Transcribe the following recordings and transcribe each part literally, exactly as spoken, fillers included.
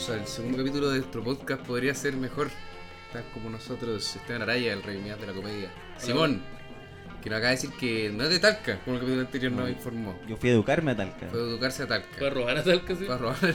bienvenidos al segundo capítulo de nuestro podcast. Podría ser mejor. Están como nosotros, Esteban Araya, el rey de la comedia. Hola. Simón, que nos acaba de decir que no es de Talca, como el capítulo anterior no, nos informó. Yo fui a educarme a Talca. Fue a educarse a Talca. Fue a robar a Talca, sí. Fue a robar.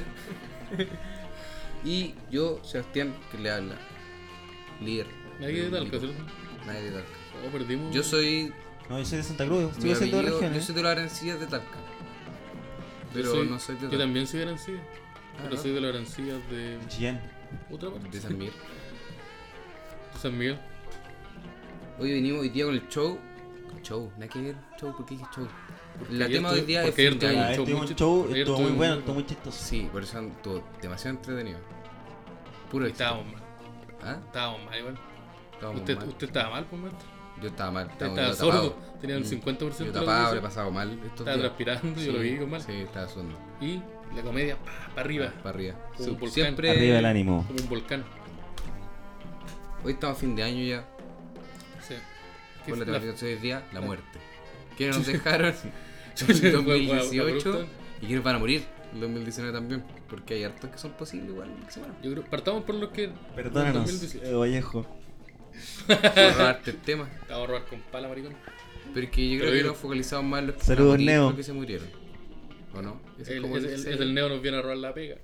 Y yo, Sebastián, que le habla. Líder. Nadie de Talca, ¿cierto? Nadie de Talca. Oh, perdimos. Yo soy... No, yo soy de Santa Cruz, Mi estoy haciendo apellido- regiones. Yo soy de las Arancillas de Talca. Pero Yo soy- no soy de Yo Talca. también soy de Arancilla. Ah, Pero ¿no? soy de las Arancillas de Chillán. otra parte. De San Miguel. De San Miguel. Hoy venimos hoy día con el show. Show, nada que ver, show, ¿por qué dije show? La ayer tema de hoy tuve- día es porque ayer fin de tuve año. Ah, un show este es muy un show, ayer estuvo tuve muy un- bueno, estuvo muy chistoso. Sí, por eso estuvo demasiado entretenido. Puro Y éxito. estábamos mal. ¿Ah? Estábamos mal igual. Estábamos Usted, mal. usted estaba mal, pues, maestro. Yo estaba mal, Usted estaba, estaba yo tapado. sordo. Tenía un Mm. cincuenta por ciento Yo de la tapado, le he audición. pasado mal estos Estaba días. transpirando, yo Sí, lo vi con mal. Sí, estaba sudando. Y la comedia, pa, para arriba. Para arriba. Como Sí, un volcán. siempre. Arriba el ánimo. Como un volcán. Hoy estamos a fin de año ya. Sí. ¿Qué Con la fue la- temática de hoy día, la la- muerte. ¿Qué nos dejaron Fue- en fue- dos mil fue dieciocho? abrupto. ¿Y quiénes van a morir en dos mil diecinueve también? Porque hay hartos que son posibles igual que se mueran. Yo creo, partamos por los que. Perdónanos, dos mil dieciocho. eh, Vallejo. Por robarte el tema. Te vamos a robar con pala, maricón. Pero es que yo Pero creo que yo- nos focalizamos más en los que Saludos, van a morir que Neo. los que se murieron. ¿O no? Ese es El, como el, el- el, el Neo nos viene a robar la pega.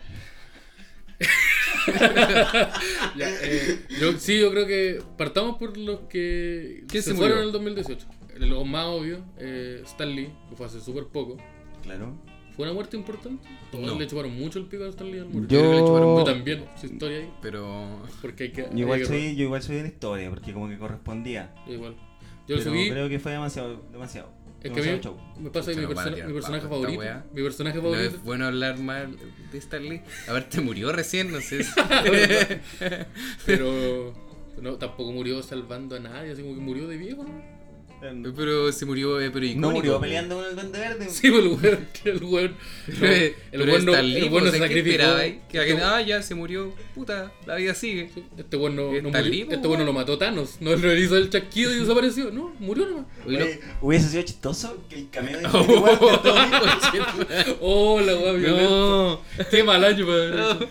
Ya, eh, yo, sí, yo creo que partamos por los que ¿Quién se se fueron murió? en el dos mil dieciocho. Los más obvios, eh, Stan Lee, que fue hace súper poco. Claro. ¿Fue una muerte importante? Todos No. le chuparon mucho el pico a Stan Lee al morir. Yo creo que le chuparon Yo Yo, también, su historia ahí. Pero... Porque hay que. yo igual hay que- soy, yo igual soy de la historia, porque como que correspondía. yo igual. Yo lo Pero subí. creo que fue demasiado, demasiado. Es que a demasiado mí show. me pasa que mi, Pucha, nos van a persona- tirar mi personaje bajo esta favorito. wea. Mi personaje No favorito. es bueno hablar mal de Stan Lee. A ver, te murió recién, no sé. Pero no, tampoco murió salvando a nadie, así como que murió de viejo, ¿no? No Pero se murió, eh, pero icónico. murió peleando con el Duende Verde. Sí, pues el weón, que el weón. No, Pero, el pero weón no, Stan Lee, el weón no pues, se ¿qué sacrificó. esperabais? Que alguien, Este- ah, ya se murió, puta, la vida sigue. Este weón no, no Stan murió. Lee, pues, Este weón no lo mató Thanos. No le hizo el chasquido y desapareció. No, murió nomás. Oye, lo- Oye, hubiese sido chistoso que el cameo de Infinity War de todo- Oh, la weá violenta. No. Qué mal año para ver eso.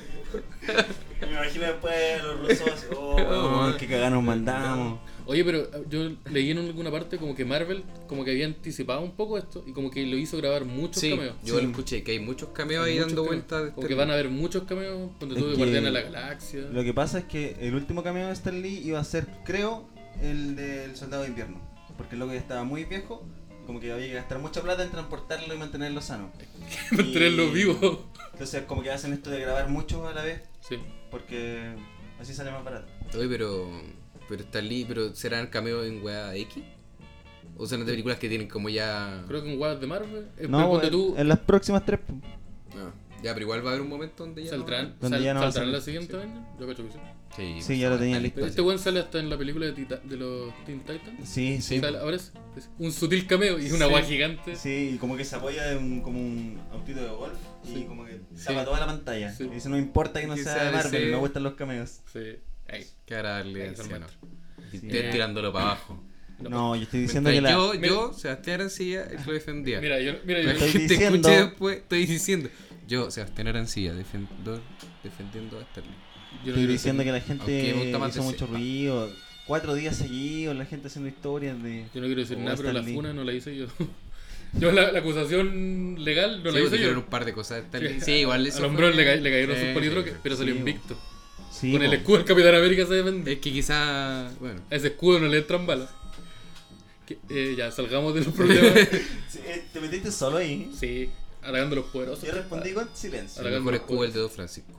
Me imagino después los rusos así, oh, qué cagada nos mandamos. Oye, pero yo leí en alguna parte como que Marvel como que había anticipado un poco esto y como que lo hizo grabar muchos Sí, cameos. yo Sí. lo escuché, que hay muchos cameos Hay ahí muchos dando cameos. vueltas. de Como este- que van a haber muchos cameos cuando Es tú de que- Guardián de la Galaxia. Lo que pasa es que el último cameo de Stan Lee iba a ser, creo, el del Soldado de Invierno. Porque el loco ya estaba muy viejo, como que había que gastar mucha plata en transportarlo y mantenerlo sano. Mantenerlo Y- vivo. Entonces como que hacen esto de grabar muchos a la vez, Sí. porque así sale más barato. Oye, pero. Pero Stan Lee, pero ¿serán cameos en weá X? ¿O serán de películas que tienen como ya. Creo que en Guardián de Marvel. eh, pero No, ponte en, tú. en las próximas tres. po. Ah, ya, pero igual va a haber un momento donde ya. ¿Saldrán, Donde sal- ya no va a ¿saldrán salir. la siguiente Avenger? Yo cacho que sí. Sí, Sí, ya lo tenía listo. Pero este weón sale hasta en la película de, Tita- de los Teen Titans. Sí, sí. Sale- aparece. Es un sutil cameo y una Sí. guay gigante. Sí, y como que se apoya en un, como un autito de golf y Sí. como que Sí. tapa toda la pantalla. Sí. Y dice, no importa que no Que sea sea de de Marvel, ese- me gustan los cameos. Sí. Ahí. Qué agradable, Ahí está el anciano. maestro. Y Sí. ustedes tirándolo para abajo. No, No, yo estoy diciendo Mientras que la... yo, Mira- yo, Sebastián Arancilla, él lo defendía. Mira, yo, mira, yo, Me estoy Te diciendo- escuché después, estoy diciendo. Yo, Sebastián Arancilla, defendo, defendiendo a Stan Lee. yo no Estoy quiero diciendo que decir- la Aunque me gente gusta más hizo D C. mucho ruido. Cuatro días seguidos, la gente haciendo historias de... Yo no quiero decir Oh, nada, pero la Stan Lee. funa no la hice yo. Yo la, la acusación legal no Sí, la hice dijeron yo. un par de cosas. Stan Lee. Sí, Sí, igual A eso. los fue- hombres le, ca- le cayeron Sí, sus politroques, pero salió sí, invicto. Sí, Con el po. escudo del Capitán América se defiende. Es que quizá. Bueno. A ese escudo no le entran balas. Que, eh, ya, salgamos de los problemas. Sí, eh, te metiste solo ahí. Sí, atacando a los poderosos. Yo respondí con silencio. Ahora- El mejor escudo el de Don Francisco.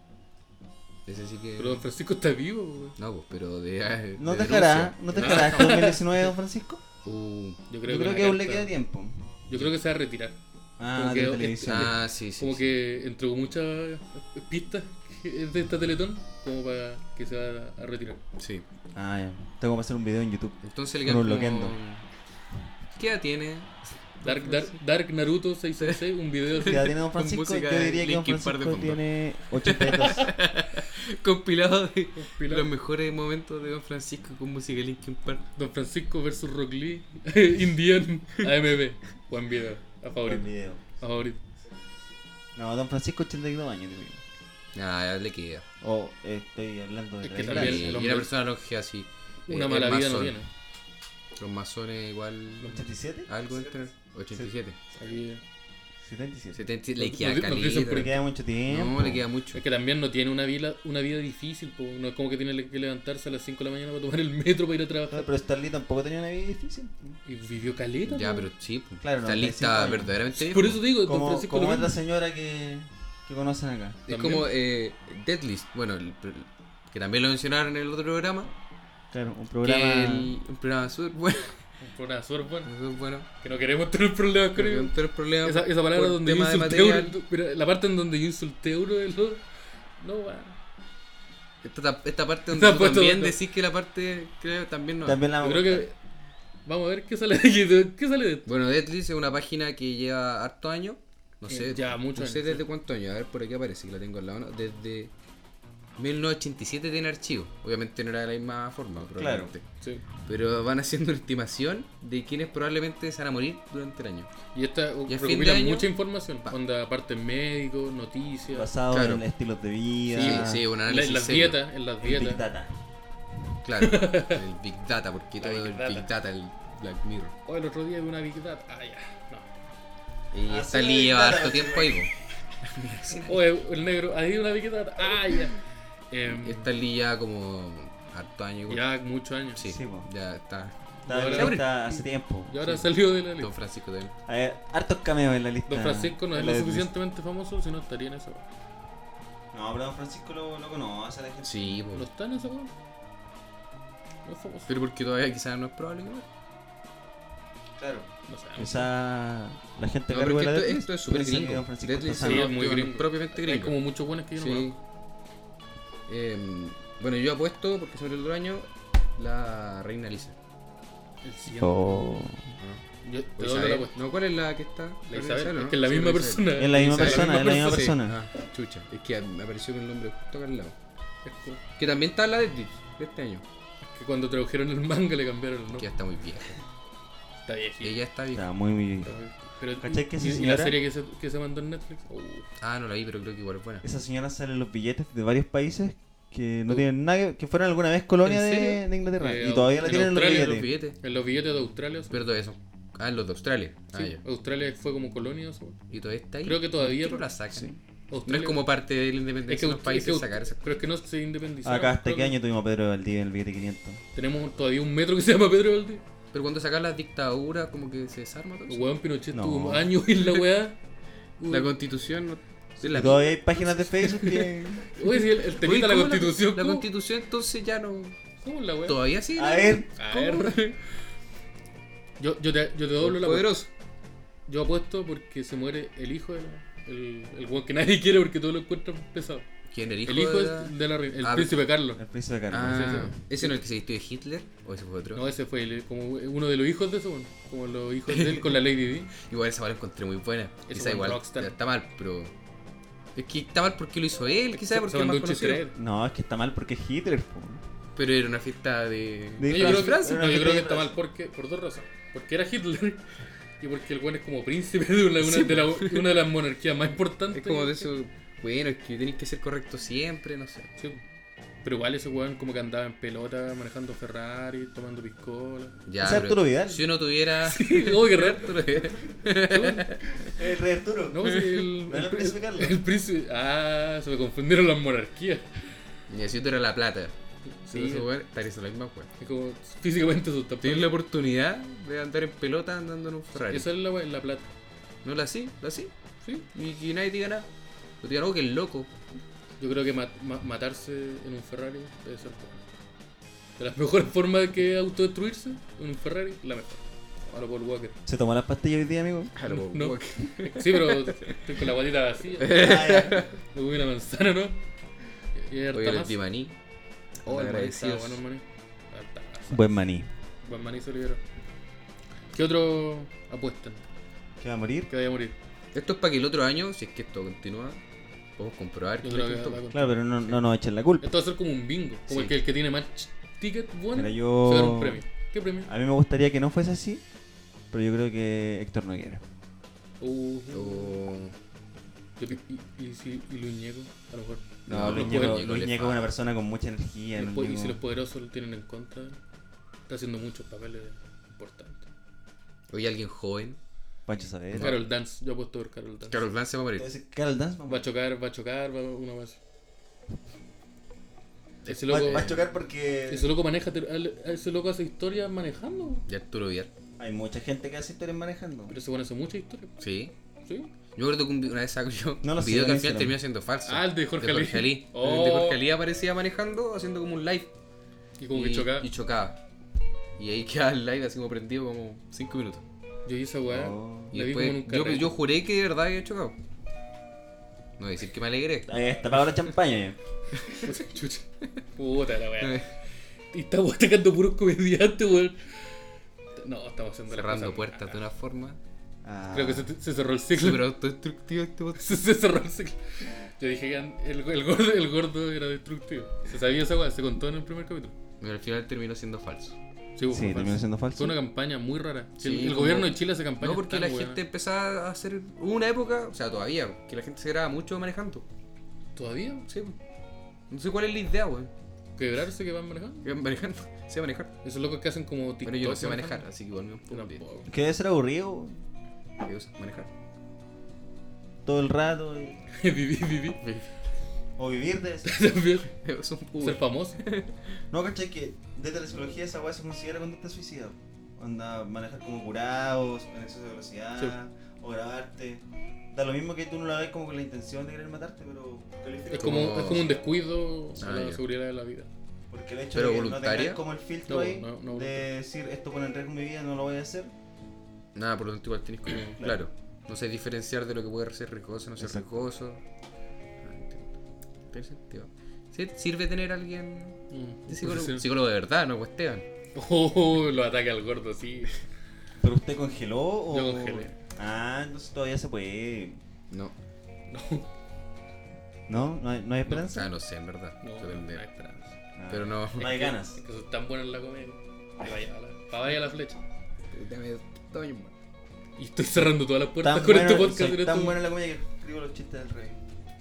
Ese sí que. Pero Don Francisco está vivo, güey. No, pues, pero de. ¿No de te dejará, denuncia. no te dejará este dos mil diecinueve, don Francisco? Uh, Yo Yo creo, creo la que aún le carta- queda tiempo. Yo creo que se va a retirar. Ah, Como de que- televisión. ah, sí, sí. Como sí. que entregó muchas pistas de esta Teletón como para que se va a retirar. Sí. Ah, ya. Tengo que hacer un video en YouTube. Entonces le Con quedan un como... loquendo. ¿Qué edad tiene? Dark, Dark, Dark Naruto seiscientos sesenta y seis, un video ¿Qué así. edad tiene don Con Francisco? música Yo de diría que don Linkin Park de Francisco fondo. tiene ochenta y dos. Compilado de Pilado. los mejores momentos de Don Francisco con música de Linkin Park. Don Francisco versus Rock Lee, Indian, A M B. Buen video, a Buen favorito. video. A favorito. No, don Francisco ochenta y dos años, digo yo. Ah, ya le queda. O eh, estoy hablando de Es que la también Y, el y hombre- una persona longeva así. Una eh, mala es vida no masón. tiene. Los masones igual. ¿ochenta y siete? Algo entre. ochenta y siete. Aquí- setenta y siete. setenta le Nos- queda nos- nos dicen por Le caleta. queda mucho tiempo. No, le queda mucho. Es que también no tiene una vida, una vida difícil, po. No es como que tiene que levantarse a las cinco de la mañana para tomar el metro para ir a Claro, trabajar. pero Starly tampoco tenía una vida difícil. Y vivió caleta, Ya, po. pero sí, pues. Claro, Está noventa y cinco lista años. verdaderamente. Por viejo. eso digo, Don Como, Francisco como lo es la mismo. señora que, que conocen acá. Es También. como eh, Deadlist, bueno, el- el- que también lo mencionaron en el otro programa. Claro, un Que programa. el, un programa súper bueno. Un programa súper bueno. Súper bueno. Que no queremos tener problemas con Porque ello. no tenemos problemas Esa, esa palabra por donde yo tema de insulté a material. uno, pero la parte en donde yo insulté a uno de los. No, va. Esta, esta parte Está donde tú puesto- también decís que la parte creo también no. También la Yo creo que. Vamos a ver qué sale de aquí. ¿Qué sale de esto? Bueno, Deadlist es una página que lleva harto años. No sé, Eh, ya, muchos no sé años, desde sí. cuántos años. A ver, por aquí aparece que la tengo al lado. ¿no? Desde mil novecientos ochenta y siete tiene archivo. Obviamente no era de la misma forma, probablemente. Sí. Pero van haciendo una estimación de quienes probablemente se van a morir durante el año. Y esta Y a fin de recopila año- mucha información. Va. Onda, partes médicos, noticias. basado Claro. en estilos de vida. Sí, sí, un En la- análisis en las serio. dietas, en las el Big dietas. Data. Claro, el Big Data, porque La todo Big el Data. Big Data, el Black Mirror. Oh, el otro día vi una Big Data. Ah, ya. No. Y Ah, esta sí, Lee Big lleva Data, harto sí. tiempo ahí, po. Oh, el el negro. Ahí una Big Data. Ah, ya. Em, Esta Lee ya como harto años. igual. ya muchos años. Sí, Sí, po. ya está. Estaba en Ahora- la lista hace tiempo. Y ahora Sí. salió de la lista. Don Francisco también. A ver, hartos cameos en la lista. Don Francisco no es en lo la suficientemente famoso, si no estaría en esa. lista. No, pero Don Francisco lo, lo conoce a la gente. Sí, po. ¿No está en esa weón? No es famoso. Pero porque todavía quizás no es probable que muera. Claro. No sé. Quizá la gente No, a cargo pero de es la que esto, Deadlist esto es súper piensa que gringo. Don Francisco Deadlist está Sí, sano. es muy un gringo. propiamente Hay gringo. como muchos buenos que yo no Sí. conozco. Em, bueno, yo apuesto, porque sobre el otro año, la reina Elisa. El siguiente. Oh. Yo te O doy la Isabel. apuesta. No, ¿cuál es la que está? La Isabel. ¿no? Es que es la Sí, misma Isabel. persona. Es la misma Isabel. persona, es la misma Sí. persona. Ah, chucha. Es que me apareció con el nombre justo acá al lado. Es como- Que también está la de Deadlift de este año. que cuando tradujeron el manga le cambiaron el Que nombre. ya está muy vieja. Está viejito. Ella está vieja. Está muy, muy. Pero, ¿Cachai que esa y, y la señora- serie que se, que se mandó en Netflix. Uh, Ah, no la vi, pero creo que igual es buena. Esa señora sale en los billetes de varios países que no Oh. tienen nada que, que fueron alguna vez colonia ¿En de, serio? de Inglaterra. Eh, y todavía la en tienen en los Australia, Los billetes. billetes. en los billetes de Australia. sí. Pero todo eso. Ah, en los de Australia. Ah, Sí, ya. Australia fue como colonia. eso. Y todavía está ahí. Creo que todavía- ¿Por qué no la sacan? Sí. No Australia- es como parte de la Es independencia que, de los Aust- países es que sacar esas Pero es que no se independizaron. Acá hasta creo qué que año tuvimos a Pedro Valdivia en el billete quinientos. Tenemos todavía un metro que se llama Pedro Valdés. Pero cuando sacan las dictaduras, como que se desarma todo El eso. weón Pinochet No. tuvo años en la weá. La constitución no. es la Y todavía hay páginas de Facebook que. Oye, si el, el Oye, temita de la ¿cómo constitución. La, ¿cómo? constitución entonces ya no. ¿Cómo es la weá? Todavía sí. A ver. A ver. Yo, yo, te, yo te doblo la apuesta. Poderoso. Yo apuesto porque se muere el hijo de la. El, el weón que nadie quiere porque todos lo encuentran pesado. ¿Quién? ¿El hijo? El hijo de es la- de la reina. El Ah, príncipe Carlos. El príncipe Carlos. Ah, Sí, sí. ¿ese no es el que se vistió de Hitler? ¿O ese fue otro? No, ese fue el- como uno de los hijos de eso, weón. Como los hijos de él con la Lady Di. Igual esa la encontré muy buena. Ese Quizá buen igual rockstar. está mal, pero. Es que está mal porque lo hizo él, quizás Se- porque se es más mandó un chiste conocido. de él. No, es que está mal porque es Hitler. Po. Pero era una fiesta de. De No, yo creo que, Francia, no, era yo una creo que fiesta está de mal porque, por dos razones. Porque era Hitler y porque el weón es como príncipe de una, una- de, la- de una de las monarquías más importantes. Es como de eso. Bueno, es que tenéis que ser correcto siempre, no sé. Sí. Pero igual ese weón como que andaba en pelota manejando Ferrari, tomando piscola. Ya, Ese pero Arturo Vidal. Si uno tuviera. Oh, qué raro. Arturo Vidal. El rey Arturo. No, pues el, ¿No era el príncipe Carlos? el príncipe. Ah, se me confundieron las monarquías. Y si tú eras la plata. Sí. Sí, eso, bueno, estaría la misma weón. Es como físicamente eso está Tienes la oportunidad de andar en pelota andando en un Ferrari. Esa es la weá, la plata. No la así, la así. Sí. Y, y nadie te diga nada. O te digan, oh, que es loco. Yo creo que ma- ma- matarse en un Ferrari debe ser de las mejores formas que autodestruirse en un Ferrari, la mejor. A lo Paul Walker. ¿Se tomó las pastillas hoy día, amigo? A lo No. Walker. Sí, pero estoy con la guatita vacía. Ah, ya. Me comí una manzana, ¿no? Y hay harta Oye, el masa. Timaní. Oh, el maní estaba agradecidos. bueno, el maní. Harta masa. Buen maní. Buen maní se liberó. ¿Qué otro apuestan? ¿Que va a morir? Que vaya a morir. Esto es para que el otro año, si es que esto continúa, podemos comprobar Yo que creo le que costó. va a Claro, pero no, no nos echen la culpa. Esto va a ser como un bingo. Como Sí. el, que, el que tiene más ch- tickets buenos Mira, yo- se gana un premio. ¿Qué premio? A mí me gustaría que no fuese así, pero yo creo que Héctor Noguera. Uh, O- Yo pi- ¿Y, y, si- y Luis Ñeco? A lo mejor. No, No, Luis los Ñeco poderosos Luis le Ñeco es una falta. persona con mucha energía. Los Luis po- y Ñeco- si los poderosos lo tienen en contra, está haciendo muchos papeles importantes. Oye, alguien joven. Pancho Saavedra. Carol Dance, yo apuesto por Carol Dance. Carol Dance se va a morir. Entonces, Carol Dance Va a chocar, va a chocar, va una vez. Ese va, loco, va a chocar porque ese loco maneja, ese loco hace historias manejando. Y Arturo Villar. hay mucha gente que hace historias manejando. Pero ese bueno hace mucha historia. Sí. ¿Sí? Yo recuerdo que un vi- una vez saco yo No lo un sé, video que al no final sé. terminó siendo falso. Ah, el de Jorge Ali. Ali. Oh. El de Jorge Ali aparecía manejando, haciendo como un live. Y como y, que chocaba. Y chocaba. Y ahí quedaba el live así como prendido como cinco minutos. Yo vi esa weá. Oh. Y La vi después como en un yo, carrete. yo juré que de verdad había chocado. No voy a decir que me alegré. Ahí está para la champaña. Chucha. Puta la weá. Y estamos atacando puros comediantes, weón. No, estamos haciendo las Cerrando cosas puertas mal. de una forma Ah. Creo que se, se cerró el ciclo. súper autodestructiva este bot. Se, se cerró el ciclo. Yo dije que el, el, gordo, el gordo era destructivo. Se sabía esa weá, se contó en el primer capítulo. Pero al final terminó siendo falso. Sí, fue Sí, falso. terminó siendo falso. Fue una campaña muy rara. Sí, el el como- gobierno de Chile hace campaña. No, porque la gente empezaba a hacer. Hubo una época, o sea, todavía, que la gente se graba mucho manejando. ¿Todavía? Sí, pues. No sé cuál es la idea, weón. ¿Quebrarse que van manejando? Que van manejando. Sé manejar. Esos locos que hacen como TikTok. Bueno, yo no sé manejando. manejar, así que igual me un Yo poco de- tampoco. Que debe ser aburrido ¿Qué usa? Manejar. todo el rato. y- Viví, viví. O vivir de eso. También. Es un Ser Uber. famoso. No, ¿cachai? Que desde la psicología esa weá se considera conducta suicida. Anda, manejar como curados, en exceso de velocidad, Sí. o grabarte. Da lo mismo que tú no la ves como con la intención de querer matarte, pero califica Es como, Como- es como un descuido Ah, a la ya. seguridad de la vida. Porque el hecho Pero de que no voluntaria. tengas como el filtro No, ahí no, no de decir esto pone en riesgo mi vida, no lo voy a hacer. Nada, por lo tanto, igual tienes como. Claro. No sé diferenciar de lo que puede ser riesgoso, no ser Exacto. riesgoso. Ah, entiendo. Tiene sentido. Sí, sirve tener a alguien. Mm, de psicólogo, profesión. psicólogo de verdad, no Esteban. Oh, lo ataca al gordo, sí. ¿Pero usted congeló o...? Yo congelé. Ah, entonces todavía se puede. No. No, ¿No? ¿No hay, no hay O esperanza? sea, no sé, en verdad. no, Depende. no hay esperanza. Ah, Pero no. No hay ganas. Es que son tan buenas la comedia. Que vaya a la, pa' vaya a la flecha. Dame dos años más. Y estoy cerrando todas las puertas Tan con bueno, este podcast. soy en este tan momento. buena la comedia que escribo los chistes del rey.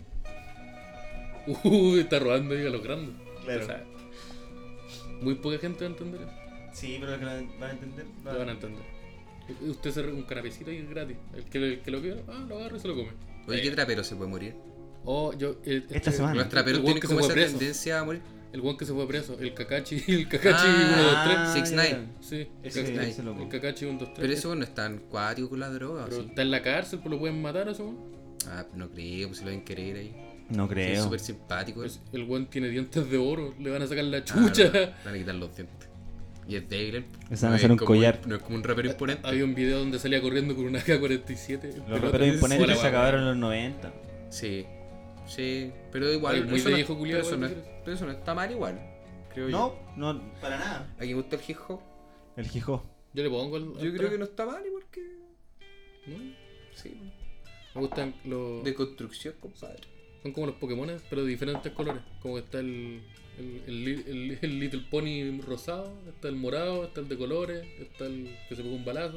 Uh, está robando ahí a los grandes. Claro. O sea, muy poca gente va a entender eso. Sí, pero los que lo van a entender. Lo van a entender. Usted se re- un canapecito ahí gratis. El que, el que lo quiera, ah, lo agarra y se lo come. Oye, Eh, ¿qué trapero se puede morir? Oh, yo. eh, Esta este- semana. Los traperos el weón tienen que como se esa fue preso. tendencia a morir. El weón que se fue preso. El Kakashi. El Kakashi Ah, uno dos tres. Six ya. Nine. Sí, el, Ese- Kakashi- ese loco. el Kakashi uno dos tres. Pero eso no es tan cuático con la droga, ¿o Pero sí? está en la cárcel, pues lo pueden matar a ese weón. Ah, no creo, pues si lo deben querer ahí. No Es creo. súper simpático. Pues el weón tiene dientes de oro. Le van a sacar la Ah, chucha. verdad, le van a quitar los dientes. Y es débil. él. Les van a No hacer es un como collar. No es como un rapero imponente. Había un video donde salía corriendo con una A K cuarenta y siete. en Los pelota. raperos imponentes Hola, se weón. acabaron en los noventa. Sí, sí, pero igual. Oye, muy eso de no- viejo pero culiao, eso, no, igual, es- pero eso no está mal igual, creo No, no, para nada. yo. ¿A quién me gusta el hip hop? El Jijó. Yo le pongo el. Yo creo que no está mal igual que. ¿No? Sí, Me gustan los. de construcción, compadre. Son como los Pokémon, pero de diferentes colores. Como que está el, el, el, li- el- el Little Pony rosado, está el morado, está el de colores, está el que se pegó un balazo.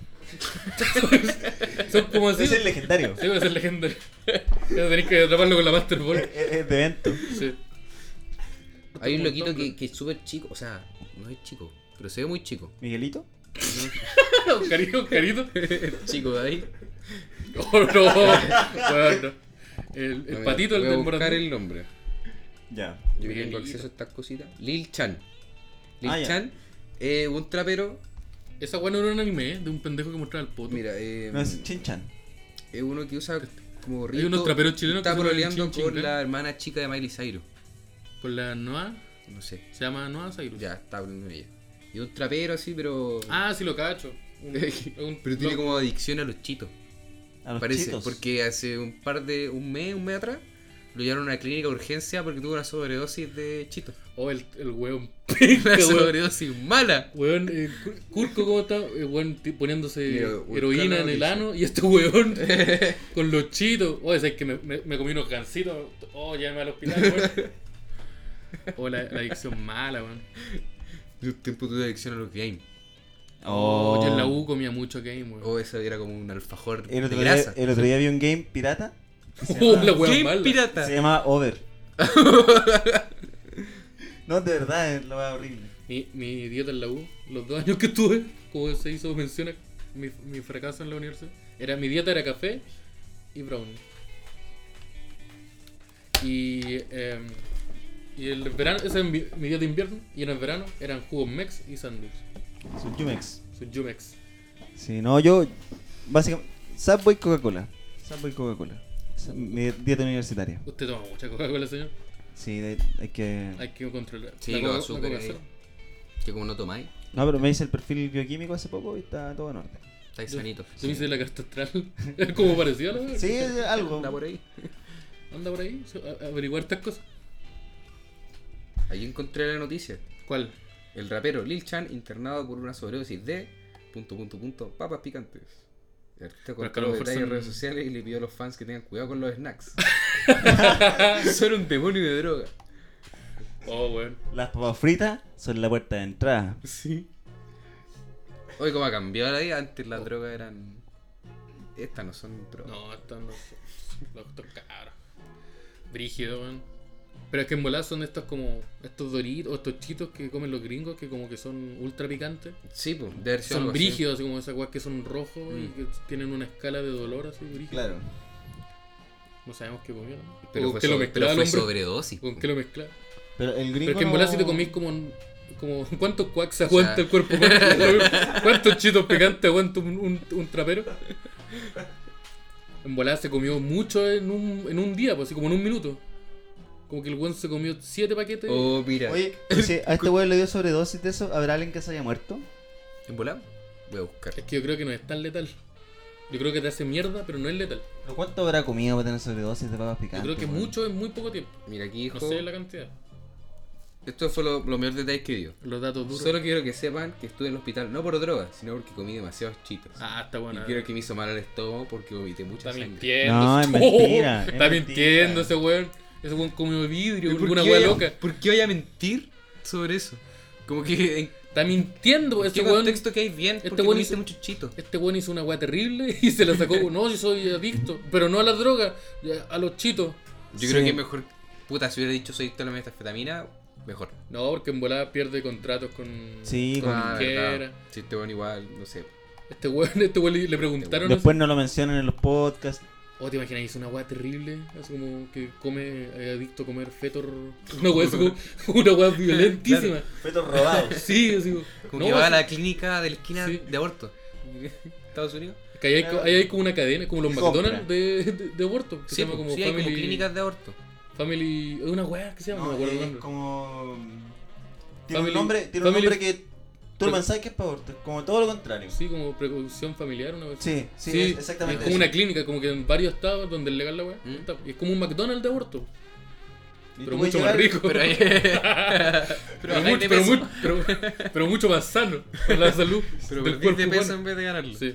Son como así. Es el legendario. Sí, es el legendario. Ya tenéis que atraparlo con la Master Ball. Es es de evento. Sí. Hay un Un loquito montón, que, que es súper chico, o sea, no es chico, pero se ve muy chico. ¿Miguelito? Oscarito, Oscarito. Chico de ahí. Oh, no. Bueno, no. El, el Voy a- patito, el voy a del buscar morandito. el nombre. Ya. Yo Miguelito. tengo acceso a estas cositas. Lil Chan. Lil Ah, ya. Chan, eh, un trapero. Esa weá no era un anime, ¿eh? De un pendejo que mostraba el poto. Mira, eh, No, es Chinchan. es uno que usa como Hay unos traperos chilenos que está se llaman proleando Chin Chin con Clan. la hermana chica de Miley Cyrus. Con la Noah, No sé. se llama Noah Cyrus. Ya, está hablando de ella. Y un trapero así, pero. Ah, sí lo cacho. Un- un- pero tiene lo- como adicción a los chitos. A los Parece, chitos. porque hace un par de. un mes, un mes atrás, lo llevaron a una clínica de urgencia porque tuvo una sobredosis de chitos. Oh, el, el weón penca, Una weón. sobredosis mala. Weón, eh, Cur- Curco, ¿cómo está? Eh, weón ti- poniéndose Mira, buscar heroína la en el noticia. ano y este weón con los chitos. Oh, es que me, me, me comí unos gansitos. Oh, llévame al hospital, weón. Oh, la, la adicción mala, weón. Yo un tiempo tuve adicción a los games. Oh, Oh. yo en la U comía mucho game, weón. O esa era como un alfajor El de otro, día, grasa. el otro día vi un game pirata Se Oh, llama- la wea ¿Qué mala. pirata? Se llama Over. No, de verdad, es la wea horrible. Mi, mi dieta en la U, los dos años que estuve, como se hizo mención, mi, mi fracaso en la universidad, era, mi dieta era café y brownie. Y, eh, y el verano, esa es mi, mi dieta de invierno, y en el verano eran jugos Mex y sándwich. Son Jumex. Son Jumex. Sí, no, yo. Básicamente. Subway Coca-Cola. Subway Coca-Cola. Esa es mi dieta universitaria. ¿Usted toma mucha Coca-Cola, señor? Sí, de- hay que. Hay que controlar. Sí, La los Coca- la azúcares Coca-Cola. ahí. Que como no tomáis, No, pero me hice el perfil bioquímico hace poco y está todo en orden. estáis Yo- sanitos. Yo me hice la carta astral. Es como parecía la Sí, es algo. Anda por ahí. Anda por ahí, a- a averiguar estas cosas. Ahí encontré la noticia. ¿Cuál? El rapero Lil Chan internado por una sobredosis de punto punto punto papas picantes. El artista Pero es que contó a lo los mejor detalles en son- redes sociales y le pidió a los fans que tengan cuidado con los snacks. Son un demonio de droga. Oh, bueno. Las papas fritas son la puerta de entrada. Sí. Oye, ¿cómo ha cambiado la vida? Antes las drogas eran... Estas no son drogas. No, estas no son. Los estos caros. Brígido, weón. Pero es que en volada son estos como. Estos doritos o estos chitos que comen los gringos que como que son ultra picantes. Sí, pues, de haber sido Son algo así. brígidos, así como esas weas que son rojos y Mm. que tienen una escala de dolor así brígida. Claro. No sabemos qué comieron. Pero ¿Con fue, qué lo sobre- pero mezclaba el fue hombre? sobredosis. ¿Con qué lo mezclaba? Pero el gringo. Pero es que en no- volada si te comís como. como ¿cuántos quacks O aguanta sea- el cuerpo? ¿Cuántos chitos picantes aguanta un, un, un trapero? En volada se comió mucho en un, en un día, pues así como en un minuto. Como que el weón se comió siete paquetes. Oh, mira. Oye, y si a este weón le dio sobredosis de eso, ¿habrá alguien que se haya muerto? ¿En volado? Voy a buscar. Es que yo creo que no es tan letal. Yo creo que te hace mierda, pero no es letal. ¿Pero cuánto habrá comido para tener sobredosis de papas Yo picantes? creo que weón? mucho en muy poco tiempo. Mira, aquí dijo... No sé la cantidad. Esto fue lo, lo mejor detalle que dio. Los datos duros. Solo quiero que sepan que estuve en el hospital, no por drogas, sino porque comí demasiados chitos. Ah, está bueno. Y quiero que me hizo mal el estómago porque vomité mucha Está sangre. mintiendo. No, es Oh, mentira, es Está mentira. mintiendo ese weón. Ese weón comió vidrio, ¿Por alguna qué weá vaya- loca. ¿Por qué voy a mentir sobre eso? Como que en Está mintiendo. qué Ese weón. contexto que hay bien este porque weón comiste hizo- muchos chitos. Este weón hizo una weá terrible y se la sacó. No, si soy adicto. Pero no a las drogas, a los chitos. Yo Sí. creo que es mejor, puta, si hubiera dicho soy adicto a la metanfetamina, mejor. No, porque en volada pierde contratos con. Sí, con con- Ah, disquera. verdad. Si este bueno igual, no sé. Este weón, este weón le, le preguntaron. Después no lo mencionan en los podcasts. Oh, te imaginas, hizo una weá terrible. Así como que come, eh, adicto a comer fetor. Una weá así como. Una weá violentísima. Fetos robados. Sí, así como. Como no, que va a así- la clínica de la esquina Sí. de aborto. Estados Unidos. Que ahí hay, co- ahí hay como una cadena, como los Que McDonald's compra. de, de, de aborto. Que Sí, se llama pues, como sí, hay Family. como clínicas de aborto. Family. Es una weá que se llama, no, No, me acuerdo el es nombre. como. Tiene Family- un nombre, tiene un Family- nombre que tú Pero- lo pensás que es para aborto, como todo lo contrario. Sí, como precaución familiar, una vez. Sí, sí, es exactamente Es como eso. una clínica, como que en varios estados donde es legal la weá. ¿Mm? está. Y es como un McDonald's de aborto. Y Pero tú puedes mucho más llegar- rico. Pero hay. Pero, hay mucho, de pero, peso. mu- pero, pero mucho más sano para la salud Pero del perdiste cuerpo peso humano. en vez de ganarlo. Sí.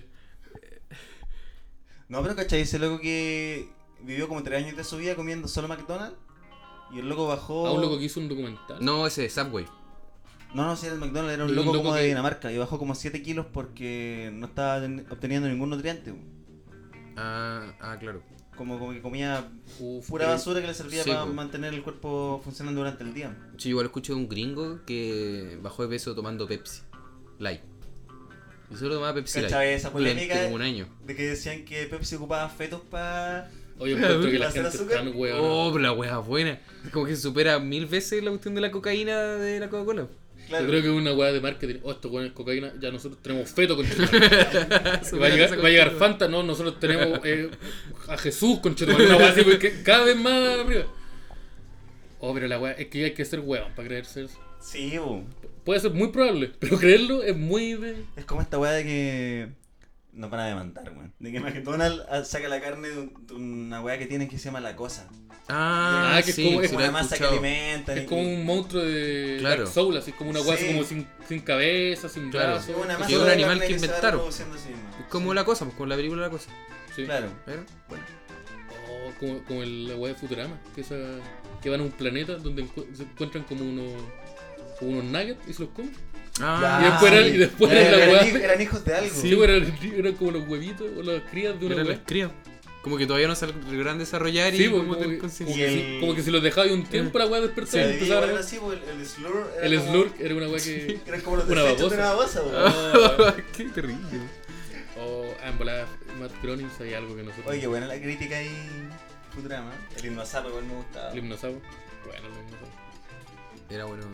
No, pero ¿cachai? Ese loco que vivió como tres años de su vida comiendo solo McDonald's. Y el loco bajó. A un loco que hizo un documental. No, ese es Subway. No, no, si era el McDonald's, era un Y un loco, loco como de que- Dinamarca. Y bajó como siete kilos porque no estaba ten- obteniendo ningún nutriente. Ah, ah, claro. Como, como que comía Uf, pura pero- basura que le servía Sí, para po. mantener el cuerpo funcionando durante el día. Sí, igual escuché de un gringo que bajó de peso tomando Pepsi Light. Y solo tomaba Pepsi Light. ¿Cachai? Esa Durante polémica como un año. de que decían que Pepsi ocupaba fetos para... Oye, encuentro que la ¿Hacer gente azúcar? está muy weona. Oh, pero la wea buena. Como que supera mil veces la cuestión de la cocaína de la Coca-Cola. Claro. Yo creo que es una weá de marketing. Oh, esto weón es cocaína. Ya nosotros tenemos feto con va, a llegar, va a llegar Fanta. No, nosotros tenemos eh, a Jesús con Una weá así, porque cada vez más arriba. Oh, pero la weá es que hay que ser weón para creerse eso. Sí, bo. Puede ser muy probable, pero creerlo es muy de. Es como esta weá de que nos van a demandar, weón. De que McDonald's ah, saca la carne de, un- de una weá que tienen que se llama la cosa. Ah, Ah, que es sí, como- sí es lo una he masa que escuchado. alimentan. Es y- como un monstruo de Claro. Dark Souls, así como una weá así Sí. como sin, sin cabeza, sin Claro. brazos. Es una Es masa que es un de animal carne que se va inventaron. reproduciendo a sí mismo. Es como la cosa, pues como la película La Cosa. Sí. Claro. ¿Pero? Bueno. Oh, como, como el, la weá de Futurama, que, esa, que van a un planeta donde encu- se encuentran como unos, como unos nuggets y se los comen. Ah, Y después era- y después era la eran, weá. hij- eran hijos de algo. Sí, eran, eran como los huevitos o las crías de una eran weá. las crías. Como que todavía no se logran desarrollar Sí, y pues, como como, tener que, conciencia. como, que Y si, el- como que si los dejabas un tiempo la weá Se despertaba y dividía empezaba a... así, pues, el, el slur era El como- slurk era una weá que... Era como los una desechos de babosa. una babosa, weón. Qué terrible. O ah, en volada Matt Groening sabía algo que nosotros... Oye, qué buena la crítica ahí. Futurama. El hipnosapo igual me gustaba. El hipnosapo. Bueno, el hipnosapo. Era bueno.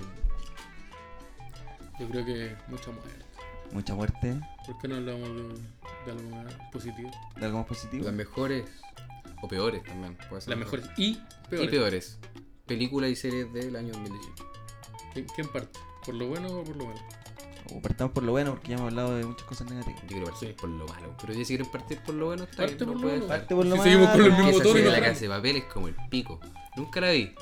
Yo creo que mucha muerte. Mucha muerte. ¿Por qué no hablamos de, de algo más positivo? ¿De algo más positivo? Las mejores o peores también. Puede ser. Las mejores y Y peores. peores. Películas y series del año dos mil dieciocho. ¿Quién, quién parte? ¿Por lo bueno o por lo malo? O partamos por lo bueno porque ya hemos hablado de muchas cosas negativas. Yo quiero partir Sí. por lo malo. Pero ya si quieren partir por lo bueno, está Parte bien. por no lo puede malo. faltar. Parte por lo Si seguimos con el malo. mismo Esa tono y serie no de la paramos. casa de papel es como el pico. Nunca la vi.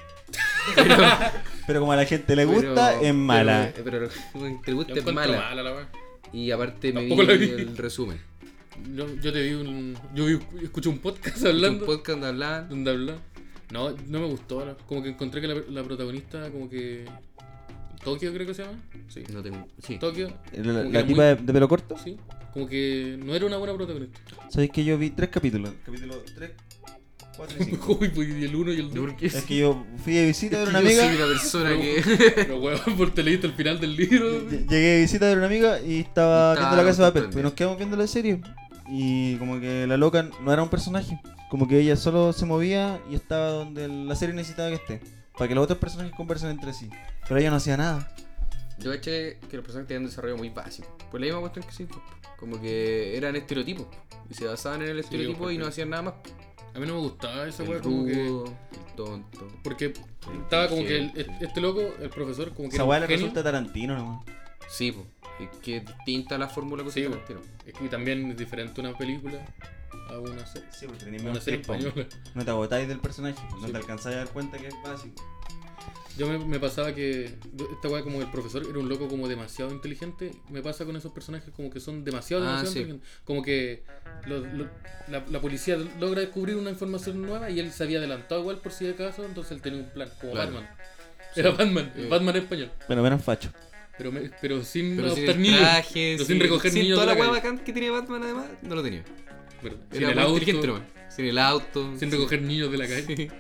Pero como a la gente le gusta, Pero- es mala. Pero, pero como te Yo gusta es encuentro mala. mala la weá. Y aparte me vi, Tampoco la vi. el resumen. Yo, yo te vi un. Yo vi, escuché un podcast Escuché hablando. un podcast donde hablaban. Donde hablaban. No, no me gustó. la- Como que encontré que la, la protagonista, como que. Tokio creo que se llama. Sí. No tengo. Sí. Tokio. La, como que la era tipa muy- de, de pelo corto. Sí. Como que no era una buena protagonista. Sabéis que yo vi tres capítulos. Capítulo tres, cuatro y cinco. Uy, pues y el uno y el dos. Porque Es que yo fui de visita a ver una yo amiga. soy una persona Pero- que. Pero weón, por te leíste el final del libro. Ll- Llegué de visita a ver una amiga y estaba Y estaba viendo la casa de papel. sorprendida. Pues nos quedamos viendo la serie. Y como que la loca no era un personaje. Como que ella solo se movía y estaba donde la serie necesitaba que esté. Para que los otros personajes conversen entre sí. Pero ella no hacía nada. Yo eché que los personajes tenían un desarrollo muy básico. Pues la misma cuestión que sí. pues, Como que eran estereotipos. Y se basaban en el estereotipo y porque- no hacían nada más. A mí no me gustaba esa El weá, como que. rudo, el tonto. Porque estaba como que el- este loco, el profesor, como que Esa era weá un le genio. resulta a Tarantino nomás. Sí, pues. Es que es distinta la fórmula que Sí, se po. Tarantino. Es que también es diferente una película a una serie. Sí, porque tenéis A menos una serie tiempo. española. No te agotáis del personaje. No Sí. te alcanzáis a dar cuenta que es básico. Yo me, me pasaba que yo- esta weá como el profesor era un loco como demasiado inteligente. Me pasa con esos personajes como que son demasiado, Ah, demasiado sí. inteligentes. Como que lo- lo- la, la policía logra descubrir una información nueva y él se había adelantado igual por si de acaso, entonces él tenía un plan, como Claro. Batman. Era Batman, el Eh. Batman español. Bueno, menos facho. Pero, me- pero sin Pero sin adoptar el niños. traje, pero sin recoger sin niños toda de la la hueá calle. bacán que tiene Batman además, no lo tenía. Pero sin Era el muy auto, inteligente nomás. Sin el auto. sin recoger niños de la calle.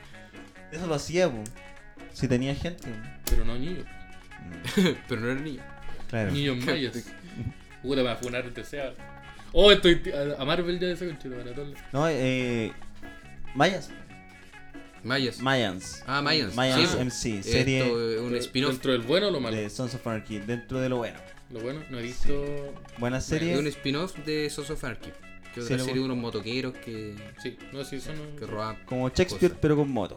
Eso lo hacía, po. Si tenía gente. Pero no niños. Pero no era niño. Claro. Niños mayas. Puta, me va a funar el deseo. Oh, estoy a, a Marvel ya de ese conchito para todos. No, eh. Mayas. Mayas. Mayans. Ah, Mayans. Mayans Sí, po. M C. Esto Serie es un spin-off. ¿Dentro del bueno o lo malo? de Sons of Anarchy. Dentro de lo bueno. Lo bueno, no he visto. Buena Es serie. un spin-off de Sons of Anarchy. Que es Sí, otra lo- serie de unos motoqueros que, Sí, no, sí, son. que roban. Como Shakespeare, cosas. pero con moto.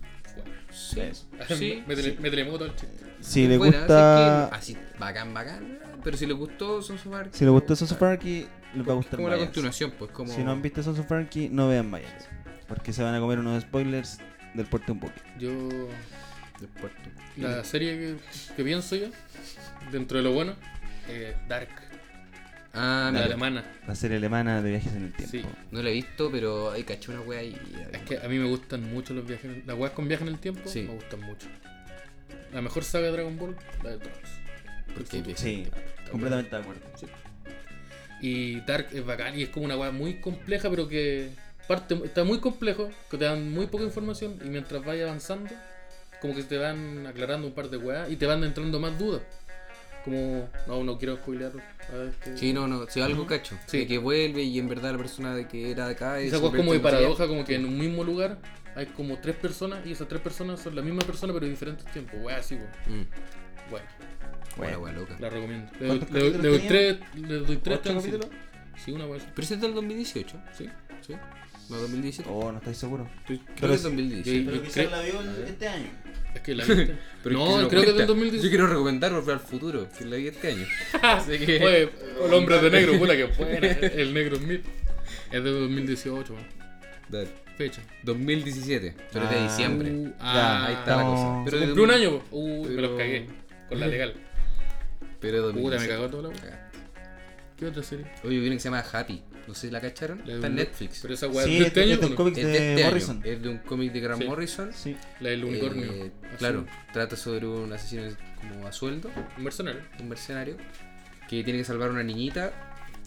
Sí. Eso. Sí, métele, sí. métele moto al chiste. Si Es le buena, gusta. así que así, bacán, bacán. Pero si les gustó Sons of Anarchy. Si le gustó Sons of Anarchy, les va a gustar Como la Mayans. continuación, pues. Como... Si no han visto Sons of Anarchy, no vean Mayans. Porque se van a comer unos spoilers del puerto un poco. Yo. del puerto. La serie que, que pienso yo, dentro de lo bueno, eh, Dark. Ah, La mira. alemana. La serie alemana de viajes en el tiempo. Sí. No la he visto, pero hay caché una wea y. Es que a mí me gustan mucho los viajes. en- Las weas con viajes en el tiempo Sí. me gustan mucho. La mejor saga de Dragon Ball, la de Trunks. Porque hay Sí, completamente de acuerdo. Sí. Y Dark es bacán y es como una weá muy compleja, pero que parte está muy complejo, que te dan muy poca información y mientras vayas avanzando, como que te van aclarando un par de weas y te van entrando más dudas. Como, no, no quiero spoilear. a ver, que- Sí, no, no, si algo cacho. Sí. De que vuelve y en verdad la persona de que era de acá es. Esa weá es como de convierte en paradoja, como que en un mismo lugar hay como tres personas y esas tres personas son la misma persona pero en diferentes tiempos. Wea así, weón. Mm. Bueno, Buena wea loca. la recomiendo. Le doy, ¿Cuántos le doy- le doy capítulos tres, le doy tres ¿Ocho chances. capítulos? Sí, una wea así. Pero ese es del dos mil dieciocho. Sí. ¿Sí? No, dos mil diecisiete. Oh, no estoy seguro. Estoy- Creo pero que es sí. dos mil diecisiete. Yo- Pero creo- quizás la vio este año. Es que la viste. Pero no, es que se lo creo que es cuenta. del dos mil diecisiete. Yo quiero recomendar Volver al Futuro, que la vi este año. Así que. Oye, el hombre de negro, puta que buena. El negro Smith. Es de dos mil dieciocho, man. Dale. Fecha. dos mil diecisiete, pero es de Ah. diciembre. Uh, Ya, ah, Ahí está la cosa. estamos- Pero Se de cumplió un dos- año, po. Uh, me pero- los cagué. Con la legal. Pero de dos mil Puta, me diecisiete. cagó toda la wea. Cagaste. ¿Qué otra serie? Oye, viene que se llama Happy. No sé si la cacharon. La de Está en un- Netflix. Pero esa weá Sí, es de es este de- año. es del ¿o no? cómic Es de de este Morrison. año. Es de un cómic de Grant Sí. Morrison. Sí. La del unicornio. Eh, Azul. claro, trata sobre un asesino como a sueldo, Un mercenario. un mercenario, que tiene que salvar a una niñita